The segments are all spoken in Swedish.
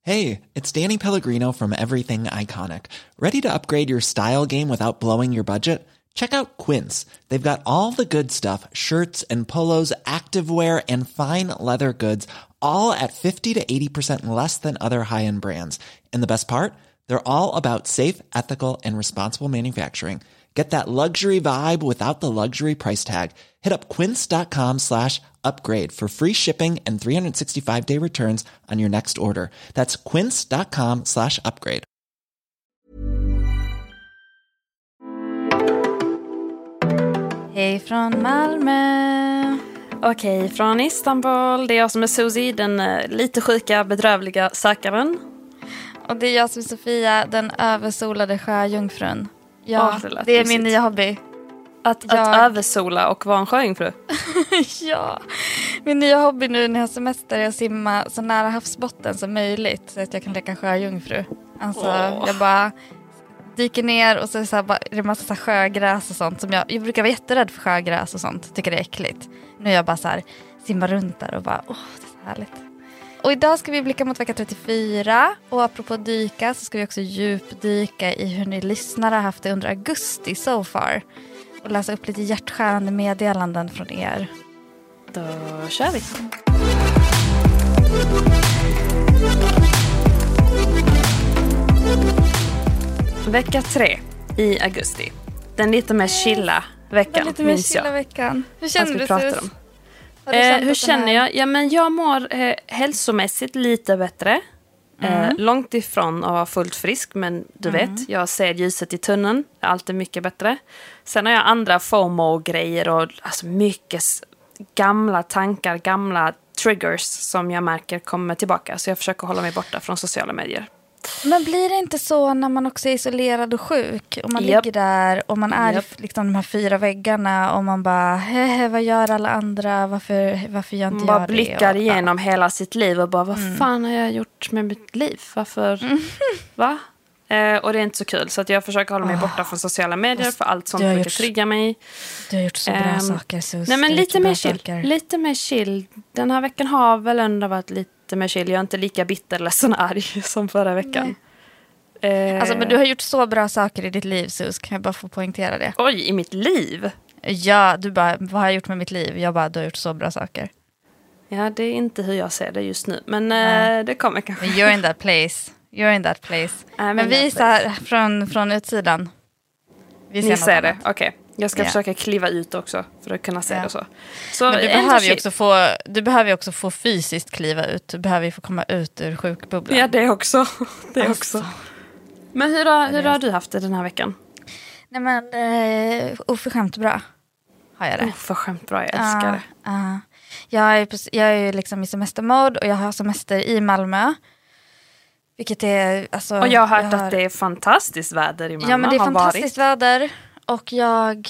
Hey, it's Danny Pellegrino from Everything Iconic. Ready to upgrade your style game without blowing your budget? Check out Quince. They've got all the good stuff, shirts and polos, activewear and fine leather goods, all at 50 to 80% less than other high-end brands. And the best part? They're all about safe, ethical, and responsible manufacturing. Get that luxury vibe without the luxury price tag. Hit up quince.com/upgrade for free shipping and 365-day returns on your next order. That's quince.com/upgrade. Hej från Malmö. Okej, från Istanbul. Det är jag som är Susie, den lite sjuka, bedrövliga sökaren. Och det är jag som är Sofia, den översolade sjöjungfrun. Ja, det är min nya hobby. Att översola och vara en sjöjungfru. Ja, min nya hobby nu när jag har semester är att simma så nära havsbotten som möjligt. Så att jag kan leka sjöjungfru. Alltså, jag bara dyker ner och så är det massa så här sjögräs och sånt. Som jag brukar vara jätterädd för sjögräs och sånt. Tycker det är äckligt. Nu är jag bara så här, simmar runt där och bara, det är så härligt. Och idag ska vi blicka mot vecka 34. Och apropå dyka så ska vi också djupdyka i hur ni lyssnare har haft det under augusti so far. Och läsa upp lite hjärtskärande meddelanden från er. Då kör vi. Vecka 3 i augusti. Den lite mer chilla veckan, minns jag. Hur känner du, Sus? Hur känner jag? Ja, men jag mår hälsomässigt lite bättre. Långt ifrån att vara fullt frisk, men du vet, jag ser ljuset i tunneln. Allt är mycket bättre. Sen har jag andra FOMO-grejer och alltså mycket gamla tankar, gamla triggers som jag märker kommer tillbaka. Så jag försöker hålla mig borta från sociala medier. Men blir det inte så när man också är isolerad och sjuk och man ligger där och man är liksom de här 4 väggarna och man bara, vad gör alla andra, varför gör inte jag det? Man bara blickar igenom hela sitt liv och bara, vad fan har jag gjort med mitt liv? Varför? Va? Och det är inte så kul, så att jag försöker hålla mig borta från sociala medier för allt sånt brukar trigga mig. Du har gjort så bra saker, Sus. Nej, men lite mer chill. Den här veckan har väl ändå varit lite mer chill. Jag är inte lika bitter, ledsen och arg som förra veckan. Alltså, men du har gjort så bra saker i ditt liv, Sus. Kan jag bara få poängtera det? Oj, i mitt liv? Ja, du bara, vad har jag gjort med mitt liv? Jag bara, du har gjort så bra saker. Ja, det är inte hur jag ser det just nu. Men det kommer kanske. You're in that place. Men vi är så här från utsidan. Ni ser det, okej. Jag ska försöka kliva ut också för att kunna se det så. Men du behöver ju också få fysiskt kliva ut. Du behöver ju få komma ut ur sjukbubblan. Ja, det också. Också. Men hur har du haft det den här veckan? Nej, men oförskämt bra har jag det. Oförskämt bra, jag älskar det. Jag är liksom i semestermode och jag har semester i Malmö. Vilket är, alltså, och jag har hört att det är fantastiskt väder i Malmö. Ja, men det är fantastiskt väder. Och jag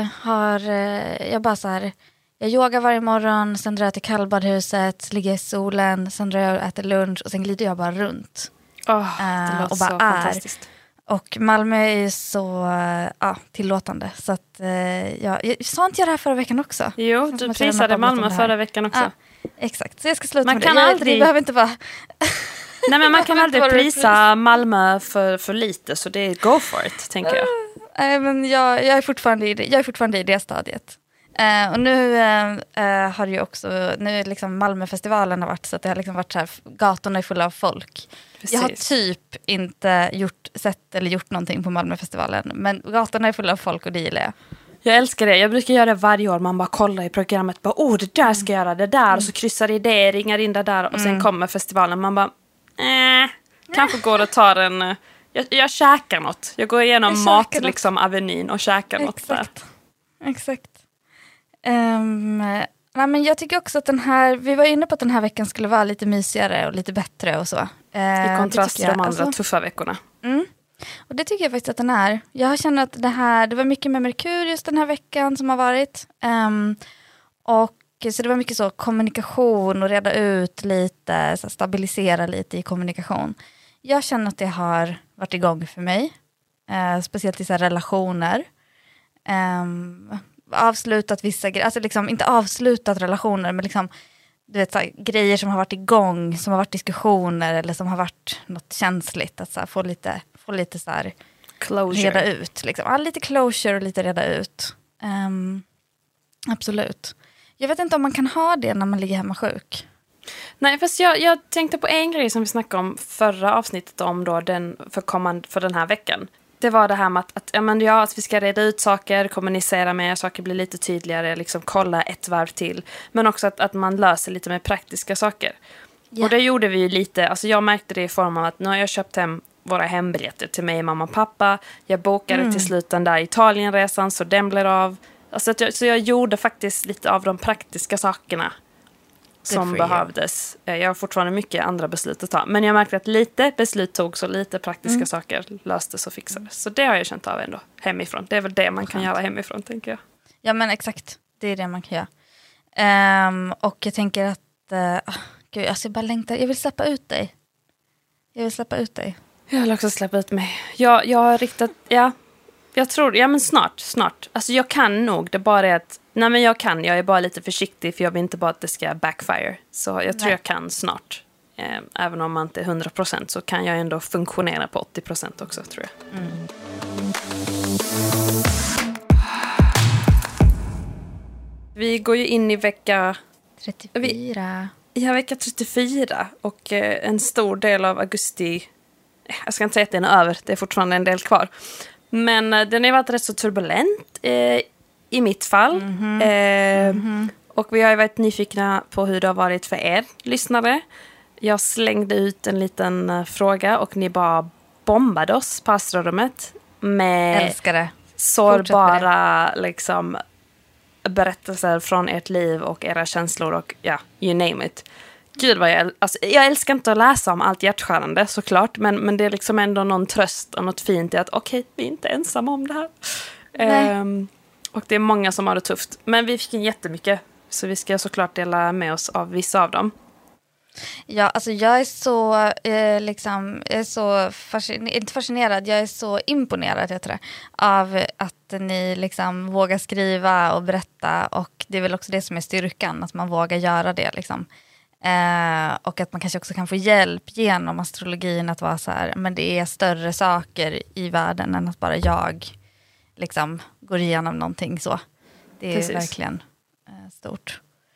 bara så här, jag yogar varje morgon, sen drar jag till kallbadhuset, ligger i solen, sen drar jag och äter lunch och sen glider jag bara runt. Det låter och bara så fantastiskt. Och Malmö är ju så tillåtande. Så att jag sa inte jag det här förra veckan också. Jo, du prisade Malmö förra veckan också. Exakt, så jag ska sluta man med kan det. Aldrig... Vi behöver inte vara... Nej, men man kan aldrig prisa Malmö för lite, så det är go for it, tänker jag. Nej, men jag är fortfarande i det stadiet. Och nu har det ju också, nu liksom Malmöfestivalen har varit så att det har liksom varit så här, gatorna är fulla av folk. Precis. Jag har typ inte gjort någonting på Malmöfestivalen, men gatorna är fulla av folk och det gillar jag. Jag älskar det. Jag brukar göra det varje år. Man bara kollar i programmet. Bara, det där ska jag göra. Det där. Och så kryssar i det. Ringar in det där. Och sen kommer festivalen. Man bara, kanske går och tar en... Jag käkar något. Jag går igenom Avenyn och käkar något där. Exakt. Nej, men jag tycker också att vi var inne på att den här veckan skulle vara lite mysigare och lite bättre och så. I kontrast till de andra tuffa veckorna. Och det tycker jag faktiskt att den är. Jag känner att det var mycket med Merkurius den här veckan som har varit. Och så det var mycket så kommunikation och reda ut lite, så stabilisera lite i kommunikation. Jag känner att det har varit igång för mig. Speciellt i så här relationer. Avslutat vissa grejer, alltså liksom inte avslutat relationer, men liksom du vet, så här, grejer som har varit igång, som har varit diskussioner eller som har varit något känsligt. Att så här, få lite så här, closure. Reda ut. Liksom. Ja, lite closure och lite reda ut. Absolut. Jag vet inte om man kan ha det när man ligger hemma sjuk. Nej, fast jag tänkte på en grej som vi snackade om förra avsnittet om då för den här veckan. Det var det här med att vi ska reda ut saker, kommunicera med saker, bli lite tydligare, liksom kolla ett varv till. Men också att man löser lite med praktiska saker. Yeah. Och det gjorde vi ju lite, alltså jag märkte det i form av att nu har jag köpt hem våra hembiljetter till mig, mamma och pappa. Jag bokade till slut den där Italienresan så den blev av. Alltså så jag gjorde faktiskt lite av de praktiska sakerna som behövdes. Jag har fortfarande mycket andra beslut att ta. Men jag märkte att lite beslut togs och lite praktiska saker löstes och fixades. Så det har jag känt av ändå hemifrån. Det är väl det man kan göra hemifrån, tänker jag. Ja, men exakt. Det är det man kan göra. Och jag tänker att gud, alltså jag bara längtar. Jag vill släppa ut dig. Jag vill också släppa ut mig. Jag har riktat... Ja, jag tror... Ja, men snart. Alltså jag kan nog. Det bara är att... Nej, men jag är bara lite försiktig för jag vill inte bara att det ska backfire. Så jag tror jag kan snart. Även om man inte är 100% så kan jag ändå funktionera på 80% också, tror jag. Vi går ju in i vecka... 34. Ja, vecka 34. Och en stor del av augusti... Jag ska inte säga att den är över. Det är fortfarande en del kvar. Men den har varit rätt så turbulent i mitt fall. Och vi har ju varit nyfikna på hur det har varit för er lyssnare. Jag slängde ut en liten fråga och ni bara bombade oss på Astrorummet med älskar sårbara liksom, berättelser från ert liv och era känslor och ja, you name it. Gud vad jag älskar inte att läsa om allt hjärtskärande såklart, men det är liksom ändå någon tröst och något fint i att okej, vi är inte ensamma om det här. Och det är många som har det tufft. Men vi fick in jättemycket, så vi ska såklart dela med oss av vissa av dem. Ja, alltså jag är så inte fascinerad, jag är så imponerad heter det, av att ni liksom vågar skriva och berätta, och det är väl också det som är styrkan, att man vågar göra det liksom. Och att man kanske också kan få hjälp genom astrologin att vara så här, men det är större saker i världen än att bara jag liksom går igenom någonting så. Det är verkligen stort.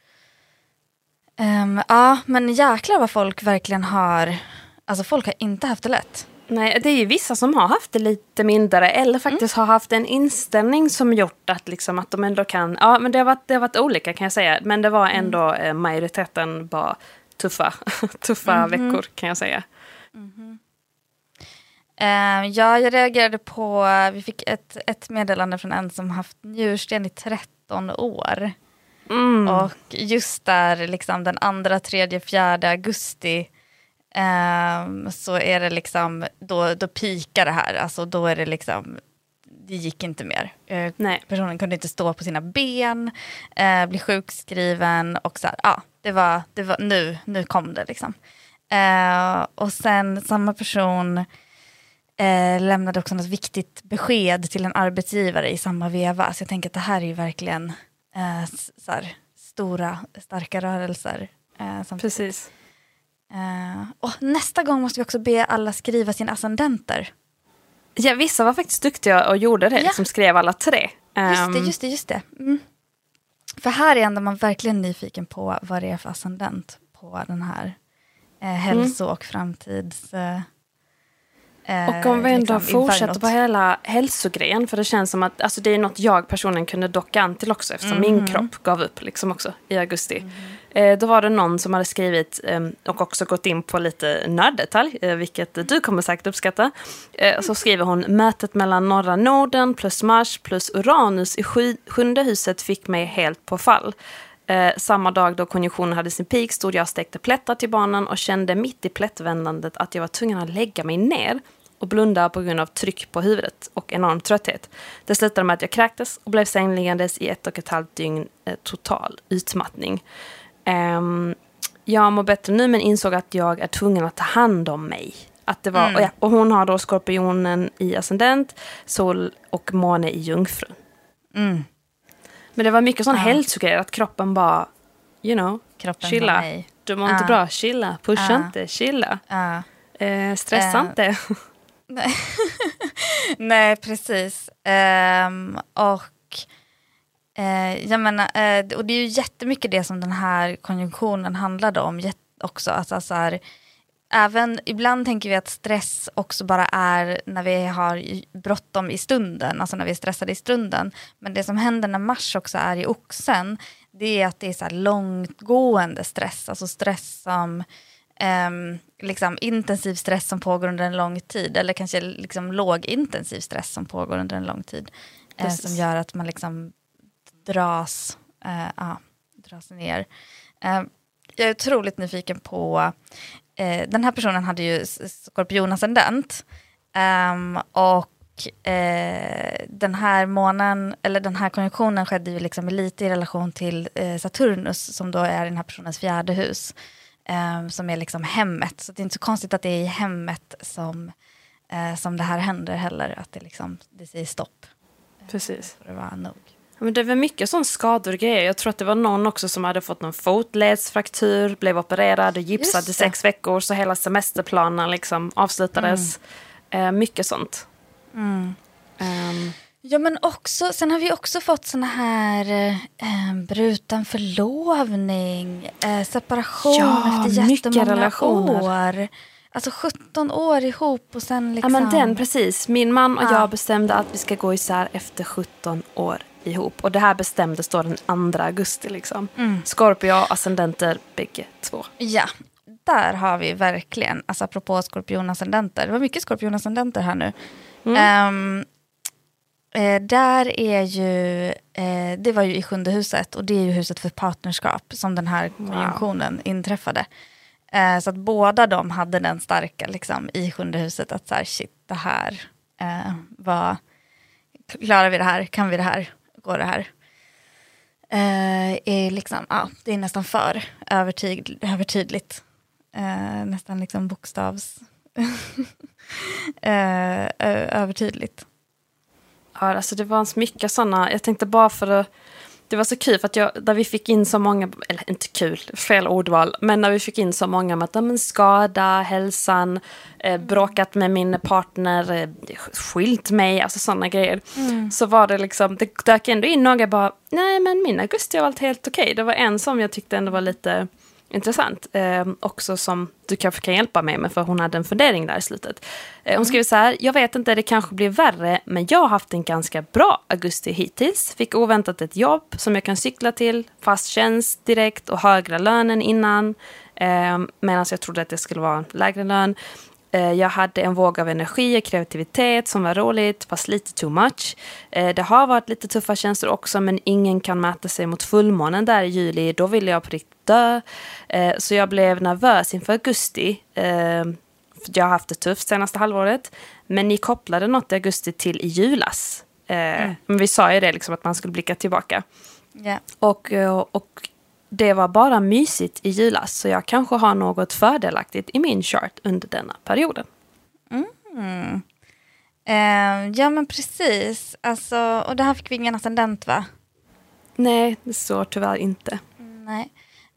Ja, men jäklar vad folk verkligen har, alltså folk har inte haft det lätt. Nej, det är ju vissa som har haft det lite mindre eller faktiskt har haft en inställning som gjort att, liksom, att de ändå kan... Ja, men det har varit olika kan jag säga. Men det var ändå majoriteten bara tuffa veckor kan jag säga. Jag reagerade på... Vi fick ett meddelande från en som haft njursten i 13 år. Och just där liksom den 2, 3, 4 augusti... så är det liksom då pikar det här, alltså då är det liksom, det gick inte mer. Personen kunde inte stå på sina ben, bli sjukskriven och så här, det var nu kom det liksom. Och sen samma person lämnade också något viktigt besked till en arbetsgivare i samma veva, så jag tänker att det här är ju verkligen så här, stora starka rörelser. Precis. Och nästa gång måste vi också be alla skriva sina ascendenter. Ja, vissa var faktiskt duktiga och gjorde det, liksom skrev alla 3. Just det. För här är ändå man verkligen nyfiken på vad det är för ascendent på den här hälso- och framtids... och om vi ändå liksom, fortsätter på hela hälsogrejen, för det känns som att alltså, det är något jag personligen kunde docka an till också, eftersom min kropp gav upp liksom också i augusti. Då var det någon som hade skrivit och också gått in på lite nörddetalj, vilket du kommer säkert uppskatta. Så skriver hon: mötet mellan norra Norden plus Mars plus Uranus i 7:e huset fick mig helt på fall. Samma dag då konjunktionen hade sin peak stod jag och stekte plättar till barnen och kände mitt i plättvändandet att jag var tvungen att lägga mig ner och blunda på grund av tryck på huvudet och enorm trötthet. Det slutade med att jag kräktes och blev sängliggandes i 1,5 dygn, total utmattning. Jag mår bättre nu men insåg att jag är tvungen att ta hand om mig. Att det var, och hon har då skorpionen i ascendent, sol och måne i jungfrun. Men det var mycket sån hälsogrejer att kroppen bara kroppen chilla. från mig. Du mår inte bra, chilla. Pusha inte, chilla. Stressa inte. Nej, precis. Jag menar, och det är ju jättemycket det som den här konjunktionen handlade om också. Alltså, så här, även ibland tänker vi att stress också bara är när vi har bråttom i stunden, alltså när vi är stressade i stunden. Men det som händer när Mars också är i Oxen, det är att det är så här långtgående stress, alltså stress som liksom intensiv stress som pågår under en lång tid, eller kanske liksom lågintensiv stress som pågår under en lång tid, som gör att man liksom dras ner. Jag är otroligt nyfiken på den här personen hade ju skorpionascendent och den här månaden, eller den här konjunktionen skedde ju liksom lite i relation till Saturnus, som då är den här personens 4:e hus, som är liksom hemmet. Så det är inte så konstigt att det är i hemmet som det här händer heller, att det säger stopp. Precis. Det var nog. Men det var mycket sån skador och grejer. Jag tror att det var någon också som hade fått någon fotledsfraktur, blev opererad och gipsad i 6 veckor, så hela semesterplanen liksom avslutades. Mycket sånt. Ja, men också, sen har vi också fått såna här bruten förlovning, separation efter jättemånga år. Alltså 17 år ihop och sen liksom... Ja, men den, precis. Min man och jag bestämde att vi ska gå isär efter 17 år ihop. Och det här bestämdes då den 2 augusti liksom. Skorpio, ascendenter, bägge 2. Ja, där har vi verkligen, alltså apropå skorpionascendenter. Det var mycket skorpionascendenter här nu. Där är ju, det var ju i 7:e huset, och det är ju huset för partnerskap som den här konjunktionen inträffade. Så att båda de hade den starka liksom, i 7:e huset, att så här, shit, det här klarar vi det här, kan vi det här, går det här? Är liksom, det är nästan för övertydligt. Nästan liksom bokstavs övertydligt. Ja, alltså det var så mycket sådana, jag tänkte bara för att det var så kul för att där vi fick in så många, eller inte kul, fel ordval, men när vi fick in så många med att skada, hälsan, bråkat med min partner, skilt mig, alltså sådana grejer. Så var det liksom, det dök ändå in några bara, nej men min augusti var allt helt okej. Det var en som jag tyckte ändå var lite intressant, också som du kanske kan hjälpa mig med, för hon hade en fundering där i slutet. Hon skrev så här: jag vet inte, det kanske blir värre, men jag har haft en ganska bra augusti hittills. Fick oväntat ett jobb som jag kan cykla till, fast tjänst direkt och högre lön än innan, medan jag trodde att det skulle vara lägre lön. Jag hade en våg av energi och kreativitet som var roligt, fast lite too much. Det har varit lite tuffa känslor också, men ingen kan mäta sig mot fullmånen där i juli. Då ville jag på riktigt dö. Så jag blev nervös inför augusti. För jag har haft det tufft senaste halvåret. Men ni kopplade något i augusti till i julas. Men vi sa ju det liksom, att man skulle blicka tillbaka. Yeah. Och det var bara mysigt i julas, så jag kanske har något fördelaktigt i min chart under denna perioden. Ja, men precis. Alltså, och det här fick vi ingen ascendent, va? Nej, det står tyvärr inte. Nej.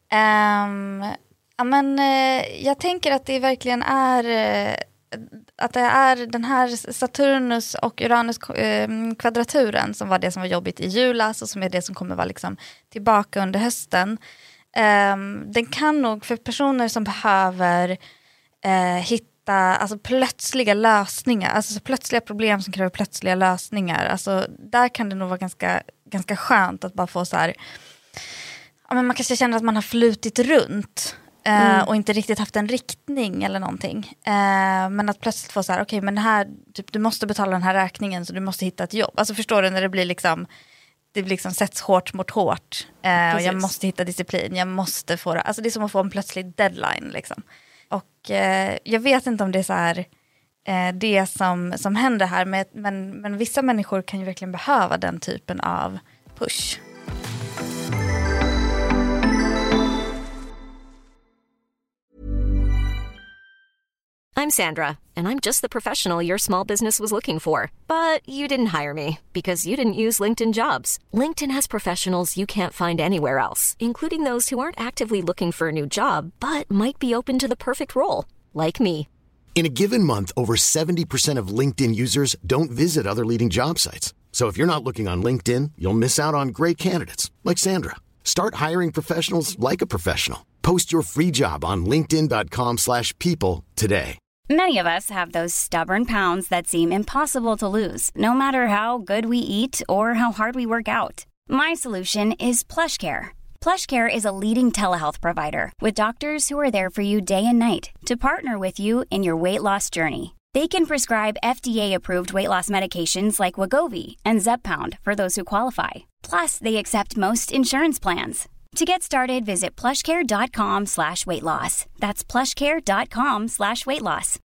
Men jag tänker att det verkligen är att det är den här Saturnus och Uranus kvadraturen som var det som var jobbigt i julas, och som är det som kommer vara liksom tillbaka under hösten. Den kan nog, för personer som behöver hitta alltså plötsliga lösningar, alltså plötsliga problem som kräver plötsliga lösningar, alltså där kan det nog vara ganska skönt att bara få så här, men man kanske känner att man har flutit runt och inte riktigt haft en riktning eller någonting. Men att plötsligt få så här, okej, men det här, typ, du måste betala den här räkningen, så du måste hitta ett jobb. Alltså förstår du, när det blir liksom, det liksom sätts hårt mot hårt. Och jag måste hitta disciplin, jag måste få det. Alltså det är som att få en plötslig deadline liksom. Och jag vet inte om det är så här det som händer här, men vissa människor kan ju verkligen behöva den typen av push. I'm Sandra, and I'm just the professional your small business was looking for. But you didn't hire me because you didn't use LinkedIn Jobs. LinkedIn has professionals you can't find anywhere else, including those who aren't actively looking for a new job, but might be open to the perfect role, like me. In a given month, over 70% of LinkedIn users don't visit other leading job sites. So if you're not looking on LinkedIn, you'll miss out on great candidates like Sandra. Start hiring professionals like a professional. Post your free job on linkedin.com/people today. Many of us have those stubborn pounds that seem impossible to lose, no matter how good we eat or how hard we work out. My solution is PlushCare. PlushCare is a leading telehealth provider with doctors who are there for you day and night to partner with you in your weight loss journey. They can prescribe FDA-approved weight loss medications like Wegovy and Zepbound for those who qualify. Plus, they accept most insurance plans. To get started, visit plushcare.com/weightloss. That's plushcare.com/weightloss.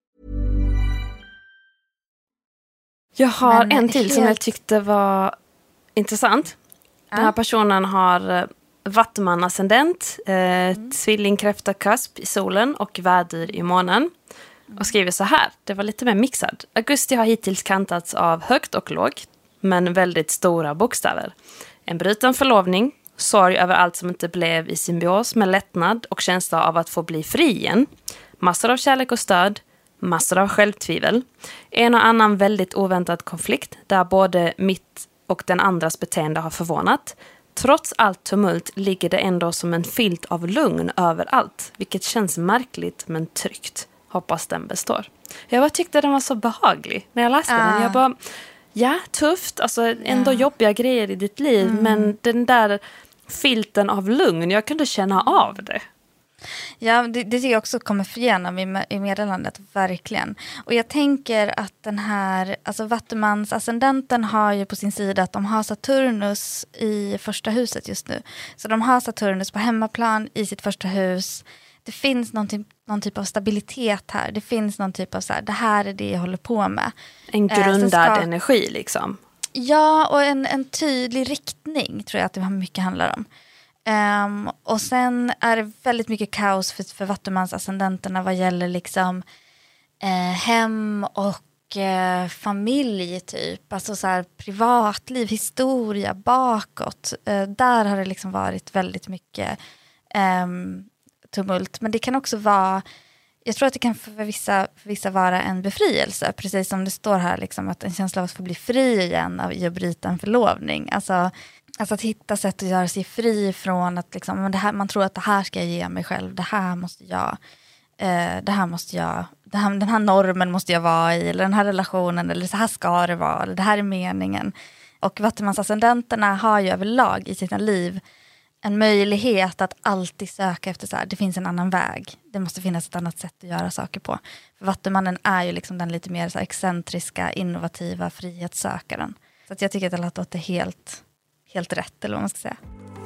Jag har en till som jag tyckte var intressant. Den här personen har vattuman-ascendent, tvillingkräfta kasp i solen och värdyr i månen. Och skriver så här, det var lite mer mixad. Augusti har hittills kantats av högt och lågt, men väldigt stora bokstäver. En bruten förlovning, sorg över allt som inte blev i symbios med lättnad och känsla av att få bli fri igen. Massor av kärlek och stöd, massor av självtvivel. En och annan väldigt oväntad konflikt där både mitt och den andras beteende har förvånat. Trots allt tumult ligger det ändå som en filt av lugn överallt, vilket känns märkligt men tryggt. Hoppas den består. Jag bara tyckte den var så behaglig när jag läste den. Jag bara, ja, tufft, alltså ändå jobbiga grejer i ditt liv, men den där filten av lugn, jag kunde känna av det. Ja, det tycker jag också kommer igenom i meddelandet, verkligen. Och jag tänker att den här, alltså Vattumans ascendenten har ju på sin sida att de har Saturnus i första huset just nu. Så de har Saturnus på hemmaplan i sitt första hus. Det finns någon typ av stabilitet här. Det finns någon typ av så här, det här är det jag håller på med. En grundad energi liksom. Ja, och en tydlig riktning tror jag att det mycket handlar om. Och sen är det väldigt mycket kaos för Vattumans ascendenterna vad gäller liksom hem och familj typ. Alltså så här privatliv, historia, bakåt. Där har det liksom varit väldigt mycket tumult. Men det kan också vara, jag tror att det kan för vissa vara en befrielse. Precis som det står här liksom, att en känsla av att få bli fri igen av att bryta en förlovning. Alltså att hitta sätt att göra sig fri från att liksom, men det här, man tror att det här ska jag ge mig själv. Den här normen måste jag vara i. Eller den här relationen. Eller så här ska det vara. Eller det här är meningen. Och Vattumansascendenterna har ju överlag i sina liv en möjlighet att alltid söka efter så här, det finns en annan väg. Det måste finnas ett annat sätt att göra saker på. För Vattumannen är ju liksom den lite mer så här excentriska, innovativa frihetssökaren. Så att jag tycker att det låter helt rätt, eller vad man ska säga.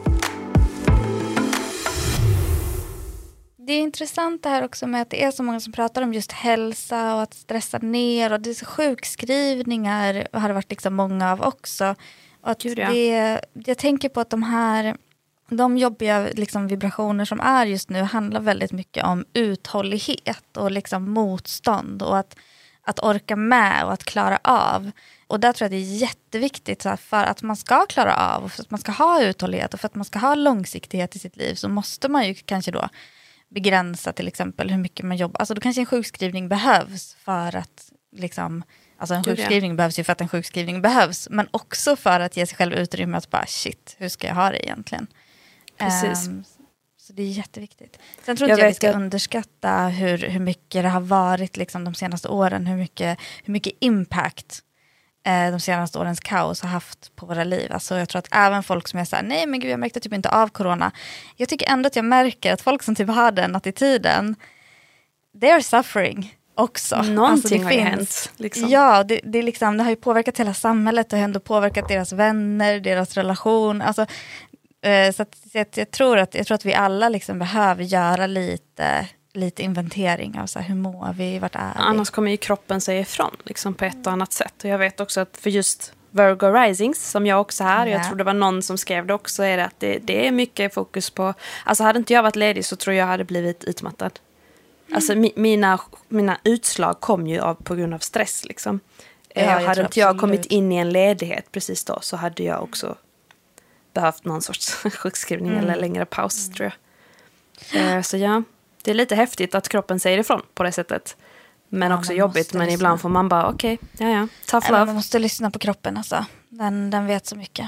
Det är intressant det här också med att det är så många som pratar om just hälsa och att stressa ner. Och det är så sjukskrivningar har det varit liksom många av också. Och att jag tänker på att de jobbiga liksom vibrationer som är just nu handlar väldigt mycket om uthållighet och liksom motstånd och att orka med och att klara av. Och där tror jag det är jätteviktigt så här, för att man ska klara av och för att man ska ha uthållighet och för att man ska ha långsiktighet i sitt liv så måste man ju kanske då begränsa till exempel hur mycket man jobbar. Alltså då kanske en sjukskrivning behövs för att liksom, alltså en sjukskrivning behövs ju för att en sjukskrivning behövs, men också för att ge sig själv utrymme att bara shit, hur ska jag ha det egentligen? Precis. Så det är jätteviktigt. Sen tror inte jag vi ska underskatta hur mycket det har varit liksom de senaste åren, hur mycket impact de senaste årens kaos har haft på våra liv. Alltså jag tror att även folk som är så här, nej men gud jag märkte typ inte av corona. Jag tycker ändå att jag märker att folk som typ har den attityden, they are suffering också. Någonting alltså, har hänt. Liksom. Ja, det är liksom, det har ju påverkat hela samhället. Det har ändå påverkat deras vänner, deras relation. Alltså, så att jag tror att vi alla liksom behöver göra lite inventering av så här, hur mår vi, vart är vi? Annars kommer ju kroppen säga ifrån liksom, på ett och annat sätt. Och jag vet också att för just Virgo Risings, som jag också här, jag tror det var någon som skrev det också, är det att det är mycket fokus på, alltså hade inte jag varit ledig så tror jag hade blivit utmattad. Alltså mina utslag kom ju på grund av stress liksom. Hade inte jag kommit in i en ledighet precis då så hade jag också behövt någon sorts sjukskrivning eller längre paus tror jag. Så ja, det är lite häftigt att kroppen säger ifrån på det sättet. Men också jobbigt, men ibland får man bara okej, tough love. Man måste lyssna på kroppen alltså. Den vet så mycket.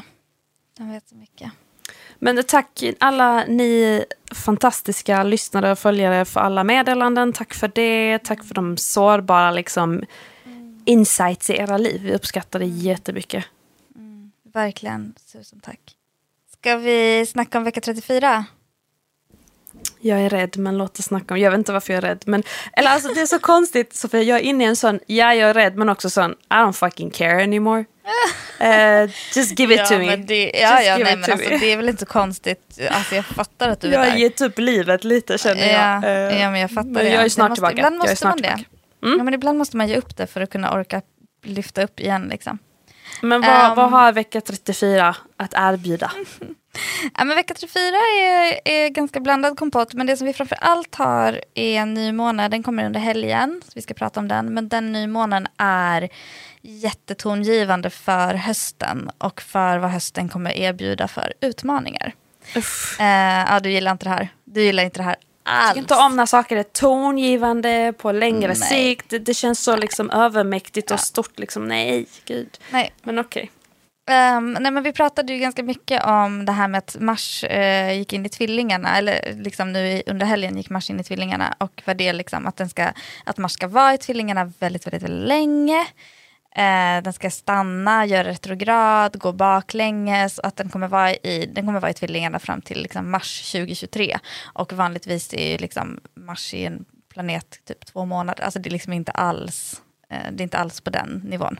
Men tack alla ni fantastiska lyssnare och följare för alla meddelanden. Tack för det. Tack för de sårbara liksom insights i era liv. Vi uppskattar det jättemycket. Verkligen, tusen tack. Ska vi snacka om vecka 34? Jag är rädd, men låt oss snacka om. Jag vet inte varför jag är rädd, men eller alltså det är så konstigt Sofia, jag är inne i en sån jag är rädd, men också sån I don't fucking care anymore. Just give it to me. Men det är väl inte så konstigt. Alltså jag fattar att du är där. Jag har gett upp livet lite känner jag. Ja, men jag fattar det. Jag är snart tillbaka. Ibland måste man det. Ja, men ibland måste man ge upp det för att kunna orka lyfta upp igen liksom. Men vad har vecka 34 att erbjuda? Ja, men vecka 34 är ganska blandad kompott, men det som vi framför allt har är en ny månad. Den kommer under helgen, så vi ska prata om den. Men den ny månaden är jättetongivande för hösten och för vad hösten kommer erbjuda för utmaningar. Du gillar inte det här. Du gillar inte det här alls. Jag tycker inte om när saker är tongivande på längre sikt. Det känns så liksom övermäktigt och stort. Liksom. Nej, gud. Nej. Men okej. Nej, men vi pratade ju ganska mycket om det här med att Mars gick in i tvillingarna, eller liksom nu under helgen gick Mars in i tvillingarna, och vad det liksom att Mars ska vara i tvillingarna väldigt, väldigt, väldigt länge. Den ska stanna, göra retrograd, gå baklänges, och att den kommer vara i tvillingarna fram till liksom mars 2023, och vanligtvis är ju liksom Mars i en planet typ 2 månader, alltså det är liksom inte alls på den nivån.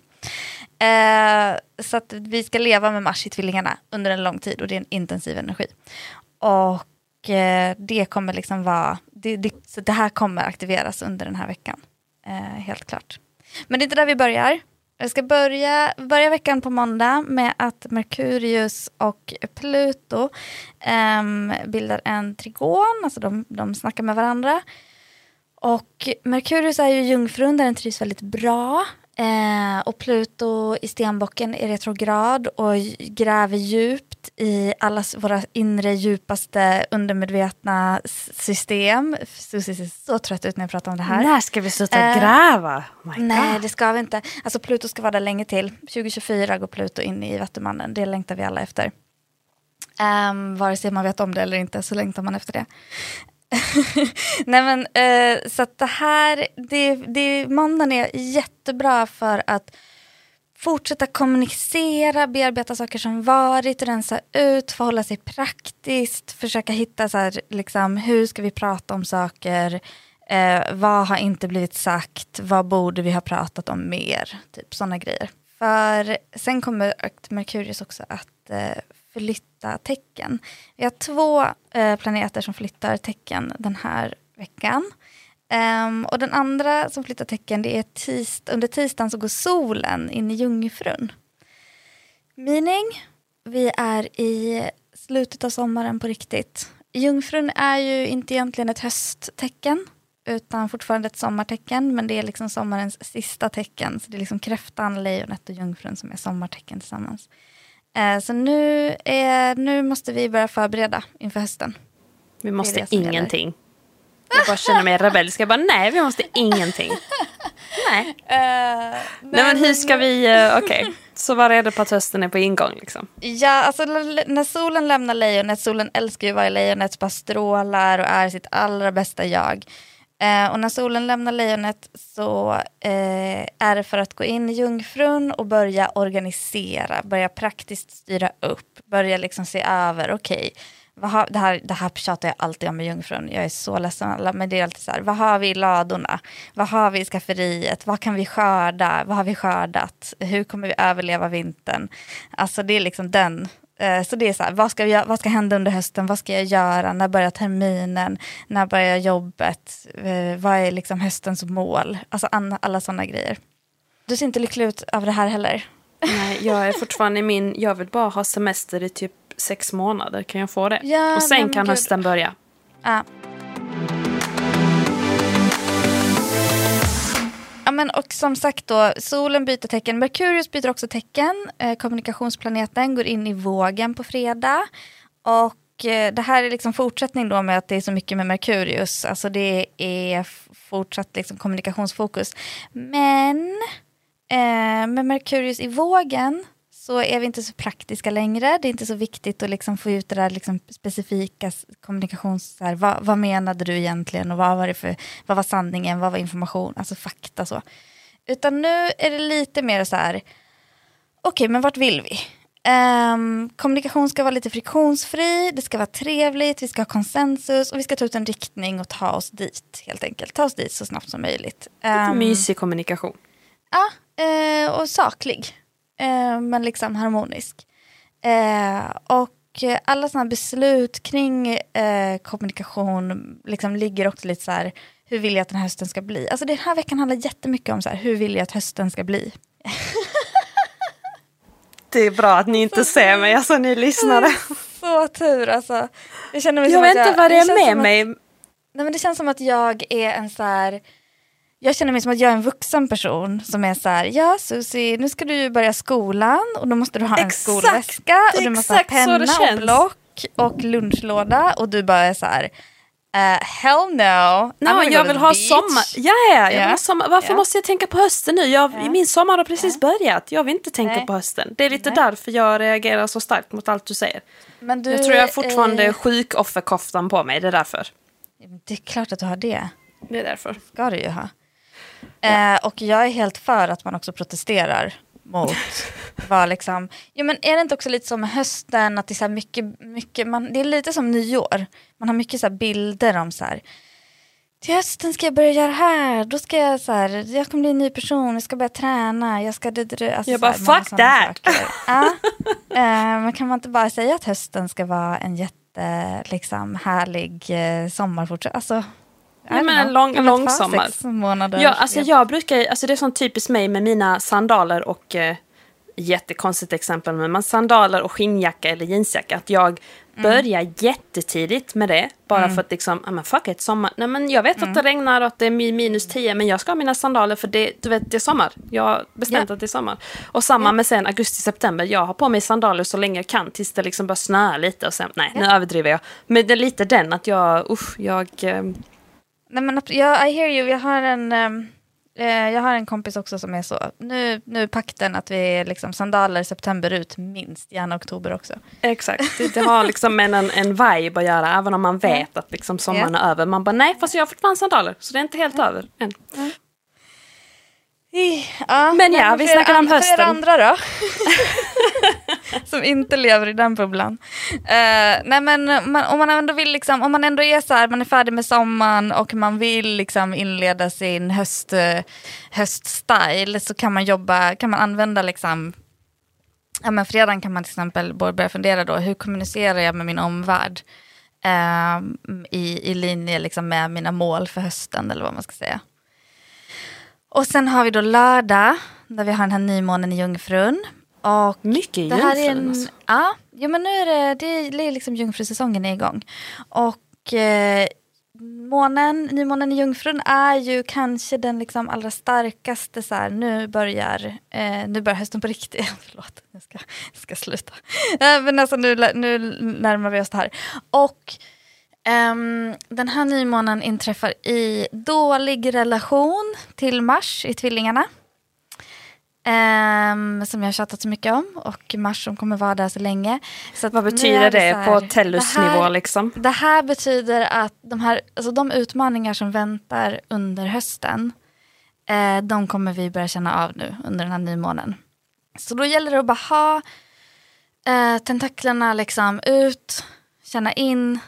Så att vi ska leva med Mars i tvillingarna under en lång tid, och det är en intensiv energi. Och det kommer liksom vara så det här kommer aktiveras under den här veckan. Helt klart. Men det är inte där vi börjar. Jag ska börja veckan på måndag med att Merkurius och Pluto bildar en trigon, alltså de snackar med varandra. Och Merkurius är ju jungfrun där den trivs väldigt bra. Och Pluto i stenbocken är retrograd och gräver djupt i allas våra inre djupaste undermedvetna system. Susie ser så trött ut när jag pratar om det här. När ska vi sluta gräva? Nej, det ska vi inte. Alltså Pluto ska vara där länge till. 2024 går Pluto in i Vattumannen. Det längtar vi alla efter. Vare sig man vet om det eller inte, så längtar man efter det. Nej, men så att det här måndagen är jättebra för att fortsätta kommunicera, bearbeta saker som varit, rensa ut, förhålla sig praktiskt, försöka hitta så här, liksom, hur ska vi prata om saker, vad har inte blivit sagt, vad borde vi ha pratat om mer, typ sådana grejer. För sen kommer Merkurius också att flytta tecken. Vi har 2 planeter som flyttar tecken den här veckan. Och den andra som flyttar tecken, det är under tisdagen så går solen in i jungfrun. Meaning, vi är i slutet av sommaren på riktigt. Jungfrun är ju inte egentligen ett hösttecken, utan fortfarande ett sommartecken, men det är liksom sommarens sista tecken. Så det är liksom kräftan, lejonet och jungfrun som är sommartecken tillsammans. Så nu måste vi börja förbereda inför hösten. Vi måste ingenting. Jag bara känner mig rebellisk. Jag bara, nej, vi måste ingenting. Nej. Nej, men hur ska vi... Okej. Så var redo på att hösten är på ingång liksom. Ja, alltså när solen lämnar lejonet, solen älskar ju varje lejonet, bara strålar och är sitt allra bästa jag. Och när solen lämnar lejonet så är det för att gå in i jungfrun och börja organisera, börja praktiskt styra upp, börja liksom se över, okej, det här tjatar jag alltid om med jungfrun, jag är så ledsen, men det är alltid så här, vad har vi i ladorna, vad har vi i skafferiet, vad kan vi skörda, vad har vi skördat, hur kommer vi överleva vintern, alltså det är liksom den. Så det är så här, vad ska hända under hösten, vad ska jag göra, när börjar terminen, när börjar jobbet, vad är liksom höstens mål, alltså alla sådana grejer. Du ser inte lycklig ut av det här heller. Nej, jag är fortfarande jag vill bara ha semester i typ 6 månader, kan jag få det? Ja, och sen kan hösten börja. Ja. Ja, men och som sagt då, solen byter tecken. Merkurius byter också tecken. Kommunikationsplaneten går in i vågen på fredag. Och det här är liksom fortsättning då med att det är så mycket med Merkurius. Alltså det är fortsatt liksom kommunikationsfokus. Men med Merkurius i vågen så är vi inte så praktiska längre. Det är inte så viktigt att liksom få ut det där liksom specifika kommunikations... Vad menade du egentligen? Och vad var sanningen? Vad var information? Alltså fakta så. Utan nu är det lite mer så här... Okej, men vart vill vi? Kommunikation ska vara lite friktionsfri. Det ska vara trevligt. Vi ska ha konsensus. Och vi ska ta ut en riktning och ta oss dit helt enkelt. Ta oss dit så snabbt som möjligt. Lite mysig kommunikation. Ja, och saklig. Men liksom harmonisk. Och alla sådana beslut kring kommunikation liksom ligger också lite så här, hur vill jag att den här hösten ska bli? Alltså den här veckan handlar jättemycket om så här, hur vill jag att hösten ska bli? Det är bra att ni inte ser mig, alltså ni lyssnare. Så tur, alltså. Jag vet inte vad det är med mig. Nej, men det känns som att jag är en så här... Jag känner mig som att jag är en vuxen person som är så här, ja Susie, nu ska du börja skolan och då måste du ha en skolväska och du måste ha penna och block och lunchlåda och du bara är så här, hell no. Nej, jag vill ha sommar. Jag vill ha sommar. Varför måste jag tänka på hösten nu? Min sommar har precis börjat. Jag vill inte tänka på hösten. Det är lite därför jag reagerar så starkt mot allt du säger. Men jag tror jag fortfarande sjukofferkoftan på mig, det är därför. Det är klart att du har det. Det är därför. Ska du ju ha. Och jag är helt för att man också protesterar mot vad liksom... Jo, men är det inte också lite som hösten att det är så här mycket det är lite som nyår. Man har mycket så här bilder om så här, till hösten ska jag börja göra här, då ska jag så här, jag kommer bli en ny person, jag ska börja träna, jag ska... Alltså, jag bara, fuck that! Men kan man inte bara säga att hösten ska vara en jätte liksom härlig sommarfortsättning? Alltså... Ja, men lång sommar. Ja, alltså jag brukar, alltså det är sånt typiskt mig med mina sandaler och jättekonstigt exempel med sandaler och skinnjacka eller jeansjacka, att jag börjar jättetidigt med det bara för att liksom, men fuck it, sommar. Nej, men jag vet att det regnar och att det är -10, men jag ska ha mina sandaler för det, du vet, det är sommar. Jag har bestämt att det är sommar. Och samma med sen augusti-september, jag har på mig sandaler så länge jag kan tills det liksom börjar snöa lite och sen, nu överdriver jag. Men det är lite den att Nej, men I hear you. Jag har en kompis också som är så. Nu är pakten att vi är liksom sandaler september ut minst, gärna oktober också. Exakt. Det har liksom en vibe att göra, även om man vet att liksom sommaren är över. Man bara, nej, fast jag har fortfarande sandaler, så det är inte helt över än. Ja, men vi snackar om hösten. För andra då? Som inte lever i den bubblan. Nej, men om man ändå vill liksom, om man ändå är så här, man är färdig med sommaren och man vill liksom inleda sin höststyle, så kan man använda liksom, ja, men fredagen kan man till exempel börja fundera då, hur kommunicerar jag med min omvärld i linje liksom med mina mål för hösten, eller vad man ska säga. Och sen har vi då lördag, där vi har den här nymånen i Jungfrun. Och mycket i Jungfrun alltså. Ja, men nu är det är liksom Jungfrusäsongen är igång. Och nymånen i Jungfrun är ju kanske den liksom allra starkaste så här, nu börjar hösten på riktigt. Förlåt, jag ska sluta. Men alltså nu närmar vi oss det här. Och den här nymånen inträffar i dålig relation till Mars i Tvillingarna. Som jag har tjatat så mycket om. Och Mars som kommer vara där så länge. Så vad betyder det här, på Tellus-nivå liksom? Det här betyder att de utmaningar som väntar under hösten, de kommer vi börja känna av nu under den här nymånen. Så då gäller det att bara ha tentaklerna liksom ut, känna in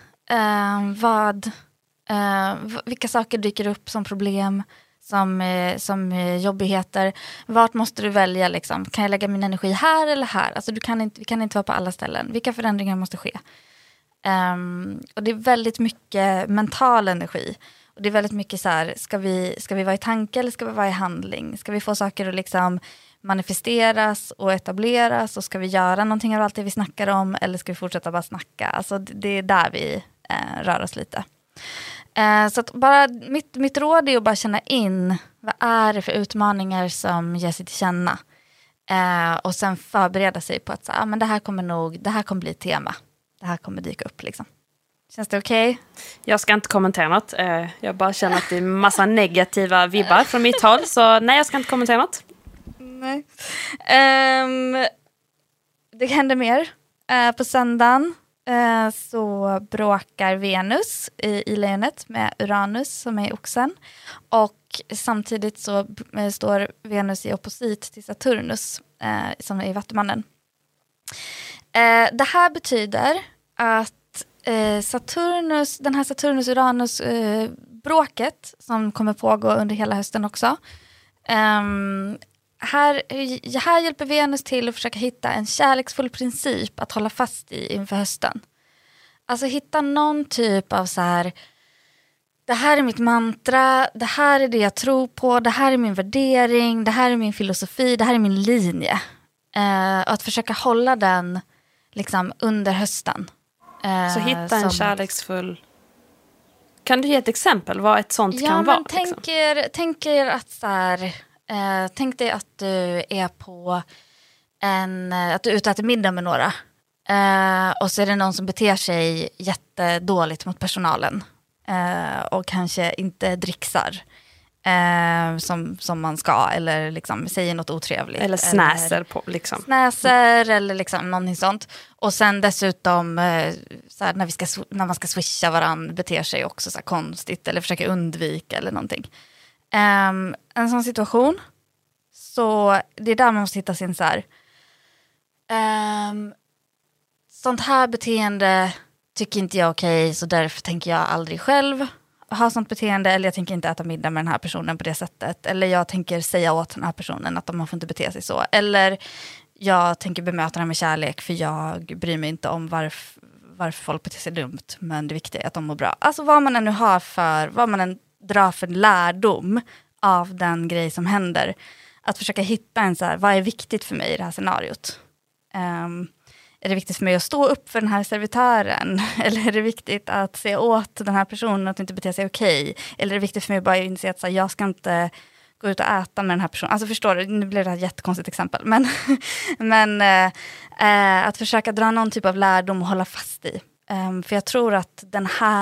vilka saker dyker upp som problem, som jobbigheter. Vart måste du välja liksom? Kan jag lägga min energi här eller här? Alltså vi kan inte vara på alla ställen. Vilka förändringar måste ske? Och det är väldigt mycket mental energi. Och det är väldigt mycket så här, ska vi vara i tanke eller ska vi vara i handling? Ska vi få saker att liksom manifesteras och etableras, och ska vi göra någonting av allt det vi snackar om, eller ska vi fortsätta bara snacka? Alltså det är där vi rör oss lite. Så att bara mitt råd är att bara känna in Vad är det för utmaningar som ger sig till känna? Och sen förbereda sig på att men det här kommer bli ett tema. Det här kommer dyka upp liksom. Känns det okej? Jag ska inte kommentera något. Jag bara känner att det är massa negativa vibbar från mitt håll. Så nej, jag ska inte kommentera något. Nej. Det händer mer. På söndagen så bråkar Venus i lejonet med Uranus som är i oxen. Och samtidigt så står Venus i opposit till Saturnus som är i Vattumannen. Det här betyder att den här Saturnus-Uranus-bråket som kommer pågå under hela hösten också. Här hjälper Venus till att försöka hitta en kärleksfull princip att hålla fast i inför hösten. Alltså hitta någon typ av så här: det här är mitt mantra, det här är det jag tror på, det här är min värdering, det här är min filosofi, det här är min linje. Och att försöka hålla den liksom under hösten. Så hitta en kärleksfull... Kan du ge ett exempel vad ett sånt kan vara? Tänk er att så här, tänk dig att du är på att du är ute och äter middag med några. Och så är det någon som beter sig jättedåligt mot personalen. Och kanske inte dricksar som man ska. Eller liksom säger något otrevligt. Eller snäser på liksom. Snäser eller liksom någonting sånt. Och sen dessutom så här, när man ska swisha varann beter sig också så här konstigt. Eller försöker undvika eller någonting. En sån situation. Så det är där man måste hitta sin så här... sånt här beteende tycker inte jag är okej, så därför tänker jag aldrig själv ha sånt beteende, eller jag tänker inte äta middag med den här personen på det sättet, eller jag tänker säga åt den här personen att man får inte bete sig så, eller jag tänker bemöta den med kärlek för jag bryr mig inte om varför folk beter sig dumt, men det viktiga är att de mår bra. Alltså vad man än drar för lärdom av den grej som händer, att försöka hitta en så här, vad är viktigt för mig i det här scenariot? Är det viktigt för mig att stå upp för den här servitören? Eller är det viktigt att se åt den här personen att inte bete sig okej? Eller är det viktigt för mig att bara inse att så här, jag ska inte gå ut och äta med den här personen? Alltså förstår du, nu blev det ett jättekonstigt exempel. Men att försöka dra någon typ av lärdom och hålla fast i. För jag tror att det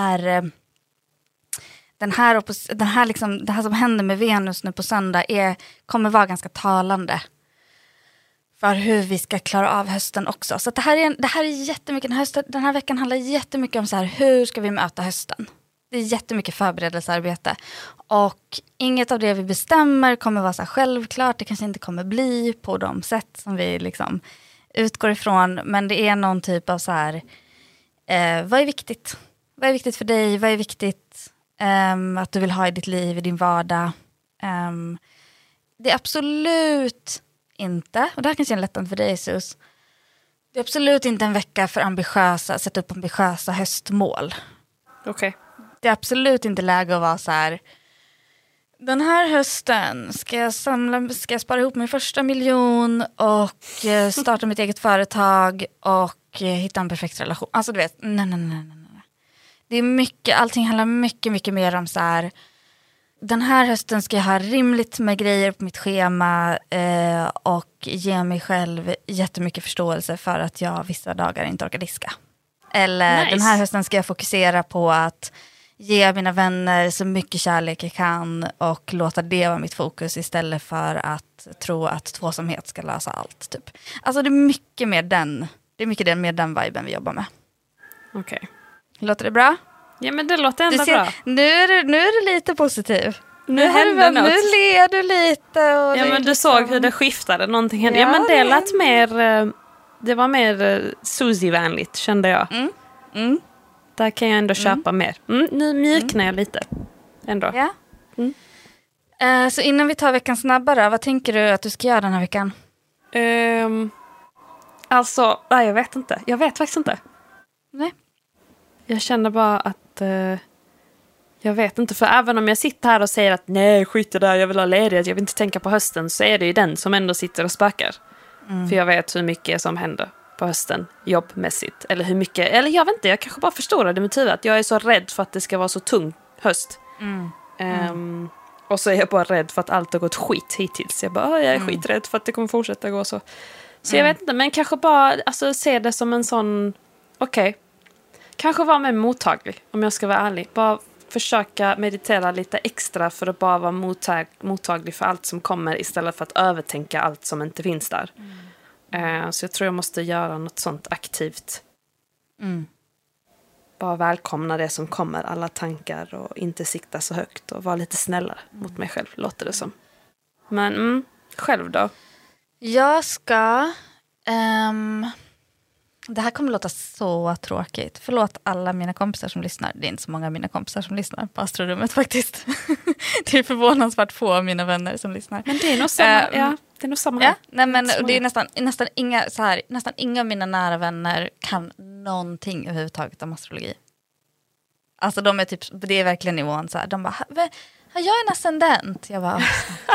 här som händer med Venus nu på söndag kommer vara ganska talande för hur vi ska klara av hösten också. Så att det här är jättemycket, den här veckan handlar jättemycket om så här, hur ska vi möta hösten? Det är jättemycket förberedelsearbete. Och inget av det vi bestämmer kommer vara så här självklart. Det kanske inte kommer bli på de sätt som vi liksom utgår ifrån. Men det är någon typ av så här, vad är viktigt? Vad är viktigt för dig? Vad är viktigt att du vill ha i ditt liv, i din vardag? Det är absolut inte, och det här kanske är en lättnad för dig, Jesus. Det är absolut inte en vecka för sätta upp ambitiösa höstmål. Okej. Det är absolut inte läge att vara så här: den här hösten ska jag spara ihop min första miljon och starta mitt eget företag och hitta en perfekt relation. Alltså du vet, nej. Det är mycket, allting handlar mycket, mycket mer om så här: den här hösten ska jag ha rimligt med grejer på mitt schema och ge mig själv jättemycket förståelse för att jag vissa dagar inte orkar diska. Eller den här hösten ska jag fokusera på att ge mina vänner så mycket kärlek jag kan och låta det vara mitt fokus istället för att tro att tvåsamhet ska lösa allt. Typ. Alltså det är mycket mer den viben vi jobbar med. Okej. Låter det bra? Ja, men det låter ändå bra. Nu är det lite positiv. Nu händer något. Nu ler du lite. Och ja, men du såg hur det skiftade. Någonting hände. Ja, men det lät mer... Det var mer Susie-vänligt, kände jag. Där kan jag ändå köpa mer. Nu mjuknar jag lite. Ändå. Ja. Så innan vi tar veckan snabbare, vad tänker du att du ska göra den här veckan? Alltså, nej, jag vet inte. Jag vet faktiskt inte. Nej. Jag känner bara att jag vet inte, för även om jag sitter här och säger att nej, skit i det där, jag vill ha ledighet, jag vill inte tänka på hösten, så är det ju den som ändå sitter och spökar. För jag vet hur mycket som händer på hösten jobbmässigt, eller hur mycket, eller jag vet inte, jag kanske bara förstår det med tiden, att jag är så rädd för att det ska vara så tung höst. Och så är jag bara rädd för att allt har gått skit hittills. Jag är skiträdd för att det kommer fortsätta gå så. Så jag vet inte, men kanske bara se det som en sån... Okej. Kanske vara mer mottaglig, om jag ska vara ärlig. Bara försöka meditera lite extra för att bara vara mottaglig för allt som kommer istället för att övertänka allt som inte finns där. Så jag tror jag måste göra något sånt aktivt. Bara välkomna det som kommer, alla tankar och inte sikta så högt och vara lite snällare mot mig själv, låter det som. Men själv då? Jag ska... det här kommer låta så tråkigt. Förlåt alla mina kompisar som lyssnar. Det är inte så många av mina kompisar som lyssnar på Astrorummet faktiskt. Det är förvånansvärt få av mina vänner som lyssnar. Men det är nog samma. Det är nog samma. Ja, nej, men det är nästan inga av mina nära vänner kan någonting överhuvudtaget om astrologi. Alltså de är typ, det är verkligen nivån så här. De bara, jag är en ascendent. Jag bara,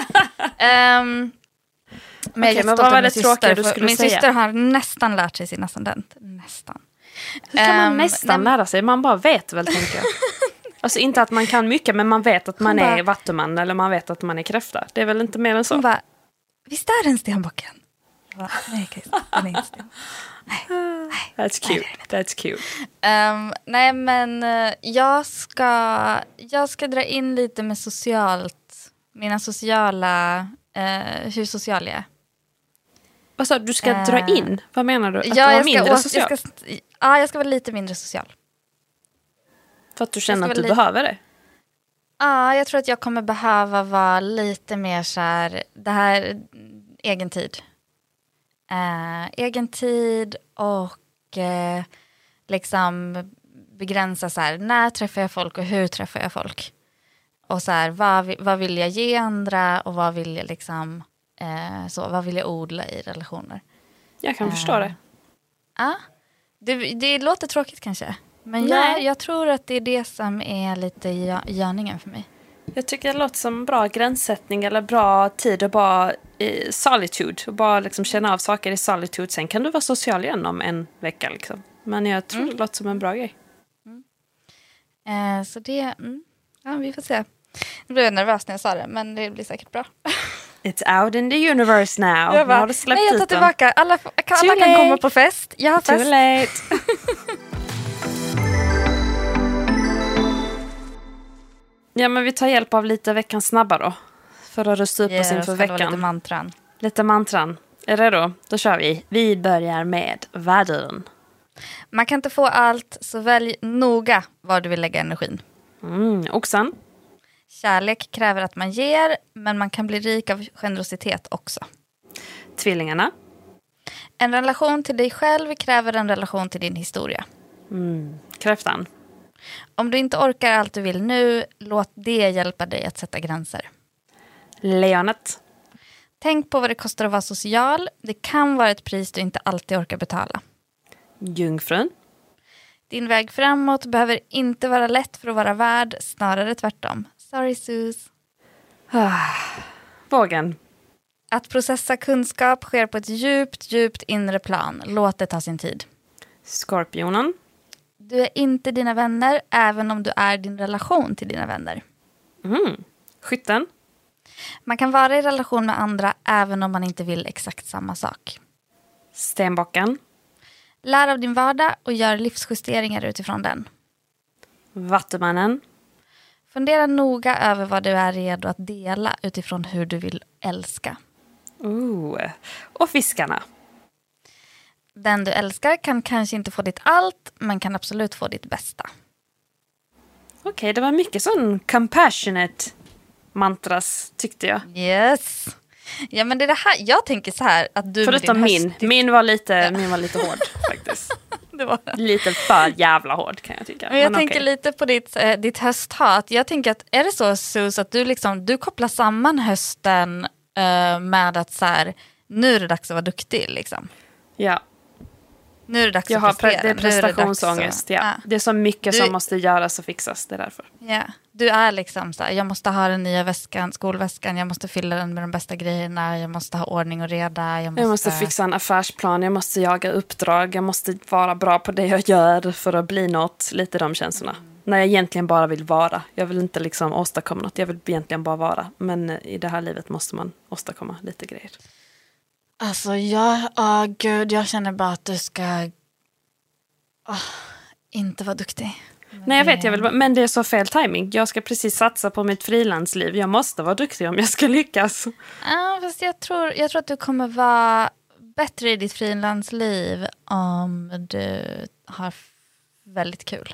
men jag vad var det tråkiga du skulle min säga? syster har nästan lärt sig sin ascendent. Nästan. Hur kan man nästan lära sig? Man bara vet väl, tänker jag. Alltså inte att man kan mycket, men man vet att man är vattuman eller man vet att man är kräfta. Det är väl inte mer än så? Hon bara, visst är den stenbocken? Jag bara, nej, den är inte sten. Nej. That's cute. That's cute. Nej, men jag ska dra in lite med mina sociala, hur social jag är. Vad sa du, ska dra in? Vad menar du? Att jag vara mindre social? Jag ska vara lite mindre social. För att du känner att du behöver det? Ja, jag tror att jag kommer behöva vara lite mer så här, det här egen tid. Egen tid och liksom begränsa så här, när träffar jag folk och hur träffar jag folk. Och så här, vad vill jag ge andra och vad vill jag liksom vad vill jag odla i relationer. Jag kan förstå det. Ja, det låter tråkigt kanske. Men jag tror att det är det som är lite görningen för mig. Jag tycker det låter som bra gränssättning eller bra tid och bara solitude. Och bara liksom känna av saker i solitude. Sen kan du vara social igen om en vecka. Liksom. Men jag tror det låter som en bra grej. Så det... ja, vi får se. Nu blev jag nervös när jag sa det, men det blir säkert bra. It's out in the universe now. Jag bara, har du släppt nej, jag tar ut den. tillbaka. Alla kan komma på fest. Jag har fest. Too late. Ja, men vi tar hjälp av lite veckans snabba då. För att rusta upp oss inför veckan. Lite mantran. Är det redo? Då kör vi. Vi börjar med vädren. Man kan inte få allt, så välj noga var du vill lägga energin. Oxen. Kärlek kräver att man ger, men man kan bli rik av generositet också. Tvillingarna. En relation till dig själv kräver en relation till din historia. Kräftan. Om du inte orkar allt du vill nu, låt det hjälpa dig att sätta gränser. Lejonet. Tänk på vad det kostar att vara social. Det kan vara ett pris du inte alltid orkar betala. Jungfrun. Din väg framåt behöver inte vara lätt för att vara värd, snarare tvärtom. Sorry, Sus. Vågen. Att processa kunskap sker på ett djupt inre plan. Låt det ta sin tid. Skorpionen. Du är inte dina vänner, även om du är din relation till dina vänner. Skytten. Man kan vara i relation med andra, även om man inte vill exakt samma sak. Stenbocken. Lär av din vardag och gör livsjusteringar utifrån den. Vattumannen. Fundera noga över vad du är redo att dela utifrån hur du vill älska. Och fiskarna. Den du älskar kan kanske inte få ditt allt, men kan absolut få ditt bästa. Okej, det var mycket sån compassionate mantras, tyckte jag. Yes. Ja, men det är det här, jag tänker så här att du förutom min var lite hård faktiskt. Det var lite för jävla hård, kan jag tycka. Men jag tänker lite på ditt hösthat. Jag tänker att är det så, Sus, att du kopplar samman hösten med att så här, nu är det dags att vara duktig liksom. Ja. Nu är det dags att prestera. Det är prestationsångest. Ja. Det är så mycket som måste göras och fixas. Det är därför. Ja. Du är liksom så här, jag måste ha den nya väskan, skolväskan. Jag måste fylla den med de bästa grejerna. Jag måste ha ordning och reda. Jag måste fixa en affärsplan. Jag måste jaga uppdrag. Jag måste vara bra på det jag gör för att bli något. Lite de känslorna. När jag egentligen bara vill vara. Jag vill inte liksom åstadkomma något. Jag vill egentligen bara vara. Men i det här livet måste man åstadkomma lite grejer. Alltså jag känner bara att du ska inte vara duktig. Nej, jag vet, men det är så fel timing. Jag ska precis satsa på mitt frilansliv. Jag måste vara duktig om jag ska lyckas. Ja, fast jag tror att du kommer vara bättre i ditt frilansliv om du har väldigt kul.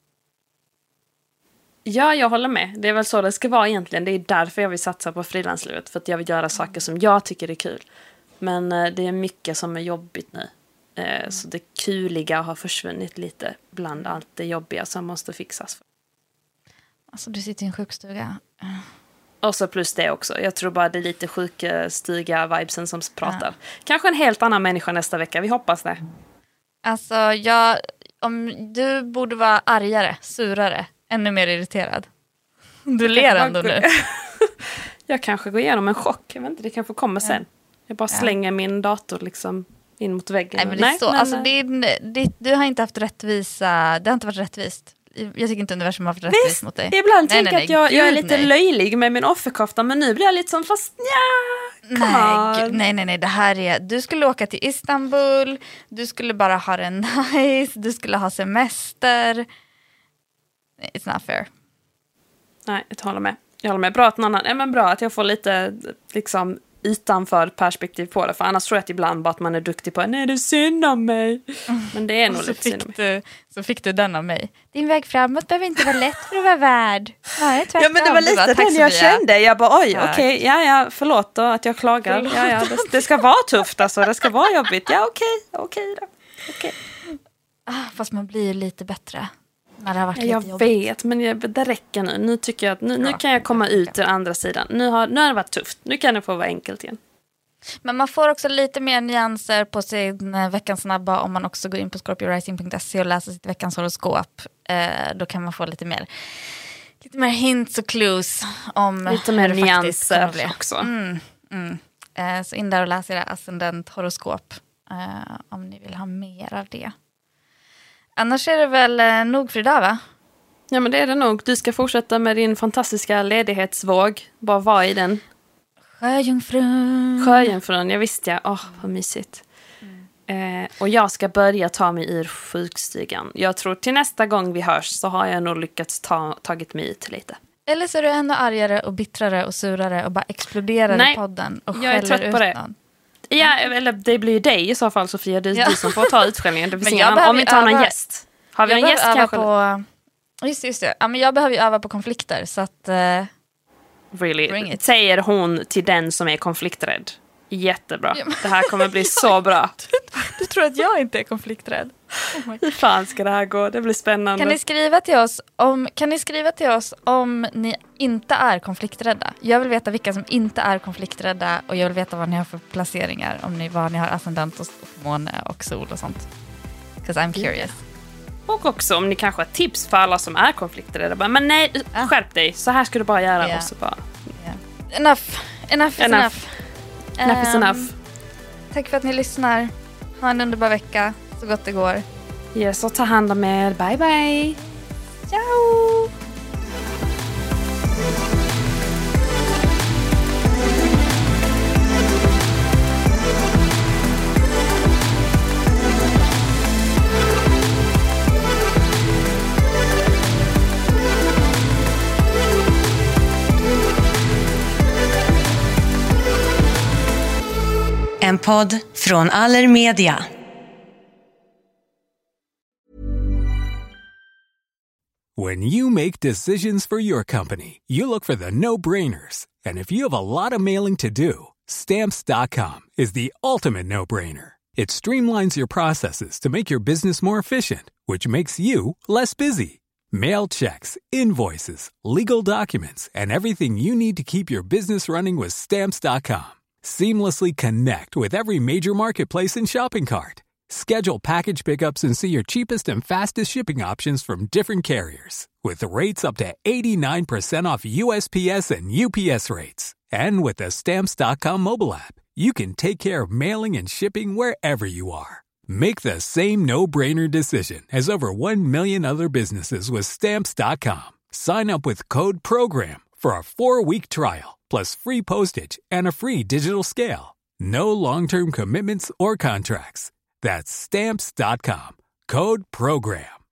Ja, jag håller med. Det är väl så det ska vara egentligen. Det är därför jag vill satsa på frilanslivet. För att jag vill göra saker som jag tycker är kul. Men det är mycket som är jobbigt nu. Så det kuliga har försvunnit lite bland allt det jobbiga som måste fixas. Alltså du sitter i en sjukstuga. Och så plus det också. Jag tror bara det är lite sjukstuga vibesen som pratar. Kanske en helt annan människa nästa vecka. Vi hoppas det. Alltså om du borde vara argare, surare, ännu mer irriterad. Du ler ändå nu. Jag kanske går igenom en chock. Jag vet inte, det kanske kommer sen. Jag bara slänger min dator liksom in mot väggen. Nej, men det är så. Alltså, du har inte haft rättvisa. Det har inte varit rättvist. Jag tycker inte universum har varit rättvist mot dig. Ibland tänker jag att jag är lite löjlig med min offerkofta. Men nu blir jag lite som fast nej. Det här är, du skulle åka till Istanbul. Du skulle bara ha det nice. Du skulle ha semester. It's not fair. Nej, jag håller med. Bra att någon annan. Men bra att jag får lite liksom utanför perspektiv på det. För annars tror jag att ibland bara att man är duktig på nej, det är synd om mig. Men det är nog lite synd om mig. Så fick du den av mig. Din väg framåt behöver inte vara lätt för att vara värd. Nej, ja, men det var lite den jag kände. Jag bara, okej, förlåt då att jag klagar. Ja, det ska vara tufft alltså. Det ska vara jobbigt. Ja, okej då. Okej. Fast man blir lite bättre. När det har varit jag lite jobbigt. Vet, men det räcker nu. Nu tycker jag att nu kan jag komma ut till andra sidan. Nu har det varit tufft. Nu kan det få vara enkelt igen. Men man får också lite mer nyanser på sin veckans snabba om man också går in på scorpiorising.se och läser sitt veckans horoskop. Då kan man få lite mer hints och clues om lite mer nyanser också. Så in där och läs era ascendent horoskop om ni vill ha mer av det. Annars är det väl nog för idag, va? Ja, men det är det nog. Du ska fortsätta med din fantastiska ledighetsvåg. Bara vara i den. Sjöjungfrun, jag visste. Vad mysigt. Och jag ska börja ta mig ur sjukstugan. Jag tror till nästa gång vi hörs så har jag nog lyckats tagit mig ut lite. Eller så är du ännu argare och bittrare och surare och bara exploderar i podden och jag är trött på det. Någon. Ja, eller det blir ju dig i så fall, Sofia. Du som får ta utskällningen. Det finns om vi inte har någon gäst. Har vi en gäst kanske? Just det. Ja, men jag behöver ju öva på konflikter. Så att... really? Säger hon till den som är konflikträdd. Jättebra. Ja, det här kommer bli så bra. Du tror att jag inte är konflikträdd? Hur fan ska det här gå? Det blir spännande. Kan ni skriva till oss om ni inte är konflikträdda? Jag vill veta vilka som inte är konflikträdda och jag vill veta vad ni har för placeringar. Vad ni har ascendent och måne och sol och sånt. Because I'm curious. Och också om ni kanske har tips för alla som är konflikträdda. Men nej, skärp dig. Så här ska du bara göra. Yeah. Och så bara... Enough is enough. Enough is enough. Tack för att ni lyssnar. Ha en underbar vecka. Så gott det går. Yes, och ta hand om er. Bye bye. Ciao. En podd från Allermedia. When you make decisions for your company, you look for the no-brainers. And if you have a lot of mailing to do, Stamps.com is the ultimate no-brainer. It streamlines your processes to make your business more efficient, which makes you less busy. Mail checks, invoices, legal documents, and everything you need to keep your business running with Stamps.com. Seamlessly connect with every major marketplace and shopping cart. Schedule package pickups and see your cheapest and fastest shipping options from different carriers. With rates up to 89% off USPS and UPS rates. And with the Stamps.com mobile app, you can take care of mailing and shipping wherever you are. Make the same no-brainer decision as over 1 million other businesses with Stamps.com. Sign up with Code PROGRAM for a 4-week trial, plus free postage and a free digital scale. No long-term commitments or contracts. That's Stamps.com. Code PROGRAM.